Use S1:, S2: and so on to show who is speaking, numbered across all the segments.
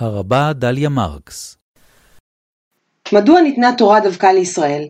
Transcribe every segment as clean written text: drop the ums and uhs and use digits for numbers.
S1: הרבה דליה מרקס.
S2: מדוע ניתנה תורה דווקא לישראל?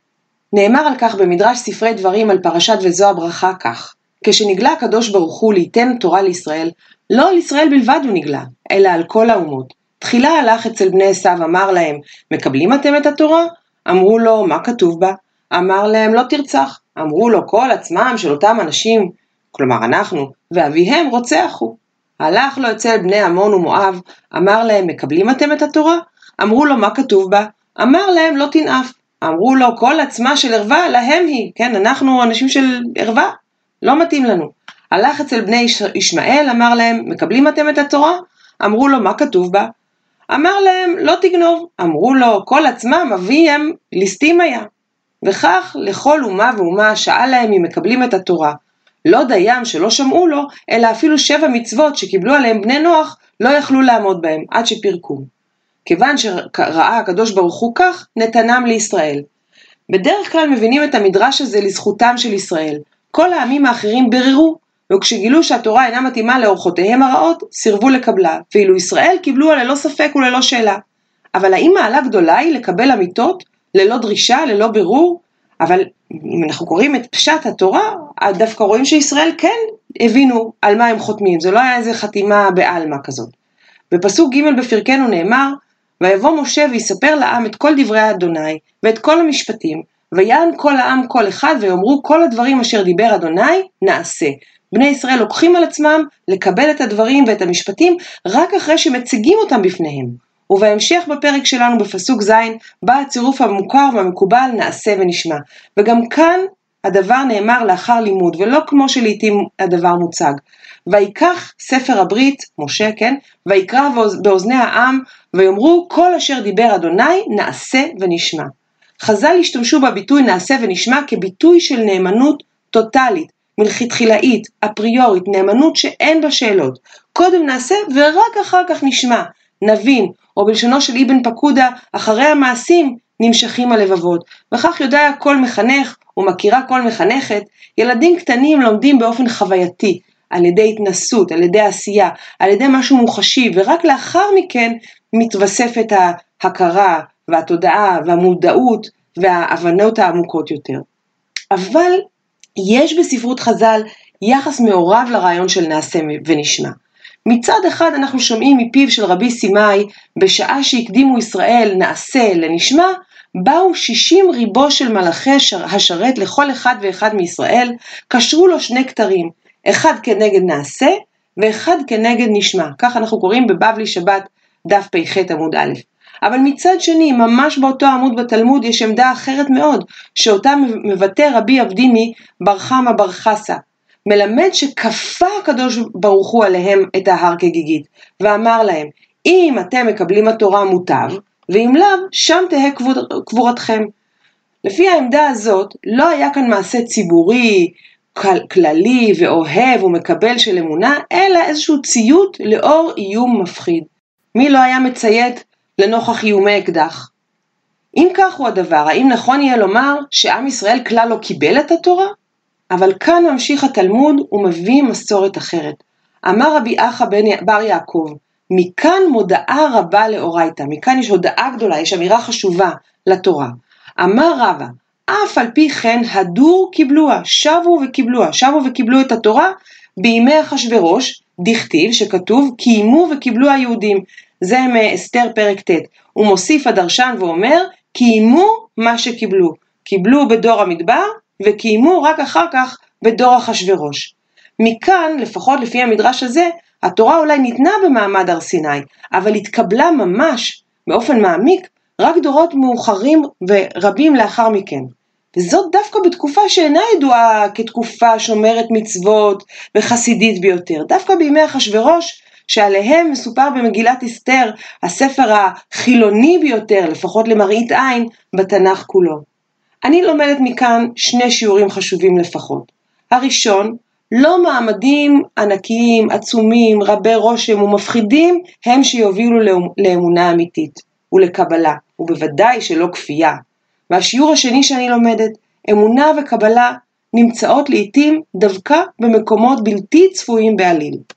S2: נאמר על כך במדרש ספרי דברים על פרשת וזו הברכה כך: כשנגלה הקדוש ברוך הוא ליתן תורה לישראל, לא על ישראל בלבד הוא נגלה, אלא על כל האומות. תחילה הלך אצל בני עשיו, אמר להם, מקבלים אתם את התורה? אמרו לו, מה כתוב בה? אמר להם, לא תרצח. אמרו לו, כל עצמם של אותם אנשים, כלומר אנחנו, ואביהם רוצח הוא. הלך לו אצל בני עמון ומואב, אמר להם, מקבלים אתם את התורה? אמרו לו, מה כתוב בה? אמר להם, לא תנאף. אמרו לו, כל עצמה של ערווה, להם היא. כן, אנחנו אנשים של ערווה, לא מתאים לנו. הלך אצל בני ישמעאל, אמר להם, מקבלים אתם את התורה? אמרו לו, מה כתוב בה? אמר להם, לא תגנוב. אמרו לו, כל עצמם אביהם ליסטים היה. וכך לכל אומה ואומה שאל להם אם מקבלים את התורה. לא דיים שלא שמעו לו, אלא אפילו 7 מצוות שקיבלו עליהם בני נוח, לא יכלו לעמוד בהם עד שפרקו. כיוון שראה הקדוש ברוך הוא כך, נתנם לישראל. בדרך כלל מבינים את המדרש הזה לזכותם של ישראל. כל העמים האחרים בררו, וכשגילו שהתורה אינה מתאימה לאורחותיהם הרעות, סירבו לקבלה, ואילו ישראל קיבלו ללא ספק וללא שאלה. אבל האם מעלה גדולה היא לקבל אמיתות, ללא דרישה, ללא בירור? אבל אם אנחנו קוראים את פשט התורה, דווקא רואים שישראל כן הבינו על מה הם חותמים. זה לא היה איזה חתימה בעלמא כזאת. בפסוק ג' בפרקנו נאמר, ויבוא משה ויספר לעם את כל דברי אדוני ואת כל המשפטים, ויען כל העם כל אחד ויאמרו כל הדברים אשר דיבר אדוני נעשה. בני ישראל לוקחים על עצמם לקבל את הדברים ואת המשפטים רק אחרי שמציגים אותם בפניהם. ובהמשך בפרק שלנו בפסוק ז' בא הצירוף המוכר והמקובל נעשה ונשמע. וגם כאן הדבר נאמר לאחר לימוד, ולא כמו שלעיתים הדבר מוצג. ויקח ספר הברית, משה, כן, ויקרא באוזני העם, ויאמרו כל אשר דיבר אדוני נעשה ונשמע. חז"ל השתמשו בביטוי נעשה ונשמע כביטוי של נאמנות טוטלית, מלכתחילאית, אפריורית, נאמנות שאין בה שאלות. קודם נעשה ורק אחר כך נשמע, נבין, או בלשונו של אבן פקודה, אחרי המעשים נמשכים הלבבות. וכך יודע כל מחנך ומכירה כל מחנכת, ילדים קטנים לומדים באופן חווייתי, על ידי התנסות, על ידי עשייה, על ידי משהו מוחשי, ורק לאחר מכן מתווספת ההכרה והתודעה והמודעות וההבנות העמוקות יותר. אבל יש בספרות חז"ל יחס מעורב לרעיון של נעשה ונשמע. מצד אחד אנחנו שומעים מפיו של רבי סימאי, בשעה שהקדימו ישראל נעשה לנשמע, באו 60 ריבו של מלאכי השרת לכל אחד ואחד מישראל, קשרו לו 2 כתרים, אחד כנגד נעשה ואחד כנגד נשמע. כך אנחנו קוראים בבבלי שבת דף פ"ח עמוד א'. אבל מצד שני, ממש באותו עמוד בתלמוד יש עמדה אחרת מאוד, שאותה מבטא רבי אבדימי בר חמא בר חסא. מלמד שכפה הקדוש ברוך הוא עליהם את ההר כגיגית, ואמר להם, אם אתם מקבלים התורה מוטב, ואם לאו, שם תהא קבורתכם. לפי העמדה הזאת, לא היה כאן מעשה ציבורי, כללי ואוהב ומקבל של אמונה, אלא איזשהו ציות לאור איום מפחיד. מי לא היה מציית לנוכח איומי אקדח? אם כך הוא הדבר, האם נכון יהיה לומר שעם ישראל כלל לא קיבל את התורה? אבל כאן ממשיך התלמוד ומביא מסורת אחרת. אמר רבי אחא בר יעקב, מכאן מודעה רבה לאורייתא, מכאן יש הודעה גדולה, יש אמירה חשובה לתורה. אמר רבא, אף על פי כן הדור קיבלוה, שבו וקיבלו את התורה בימי אחשוורוש, דכתיב שכתוב קיימו וקיבלו היהודים. זה מאסתר פרק ט'. הוא מוסיף הדרשן ואומר, קיימו מה שקיבלו. קיבלו בדור המדבר וקיימו רק אחר כך בדור אחשוורוש. מכאן, לפחות לפי המדרש הזה, התורה אולי ניתנה במעמד הר סיני, אבל התקבלה ממש באופן מעמיק רק דורות מאוחרים ורבים לאחר מכן. וזאת דווקא בתקופה שאינה ידועה כתקופה שומרת מצוות וחסידית ביותר. דווקא בימי אחשוורוש, שעליהם מסופר במגילת אסתר, הספר החילוני ביותר, לפחות למראית עין, בתנ"ך כולו. אני לומדת מכאן 2 שיעורים חשובים לפחות. הראשון, לא מעמדים ענקיים, עצומים, רבי רושם ומפחידים הם שיובילו לאמונה אמיתית ולקבלה, ובוודאי שלא כפייה. והשיעור השני שאני לומדת, אמונה וקבלה נמצאות לעתים דווקא במקומות בלתי צפויים בעליל.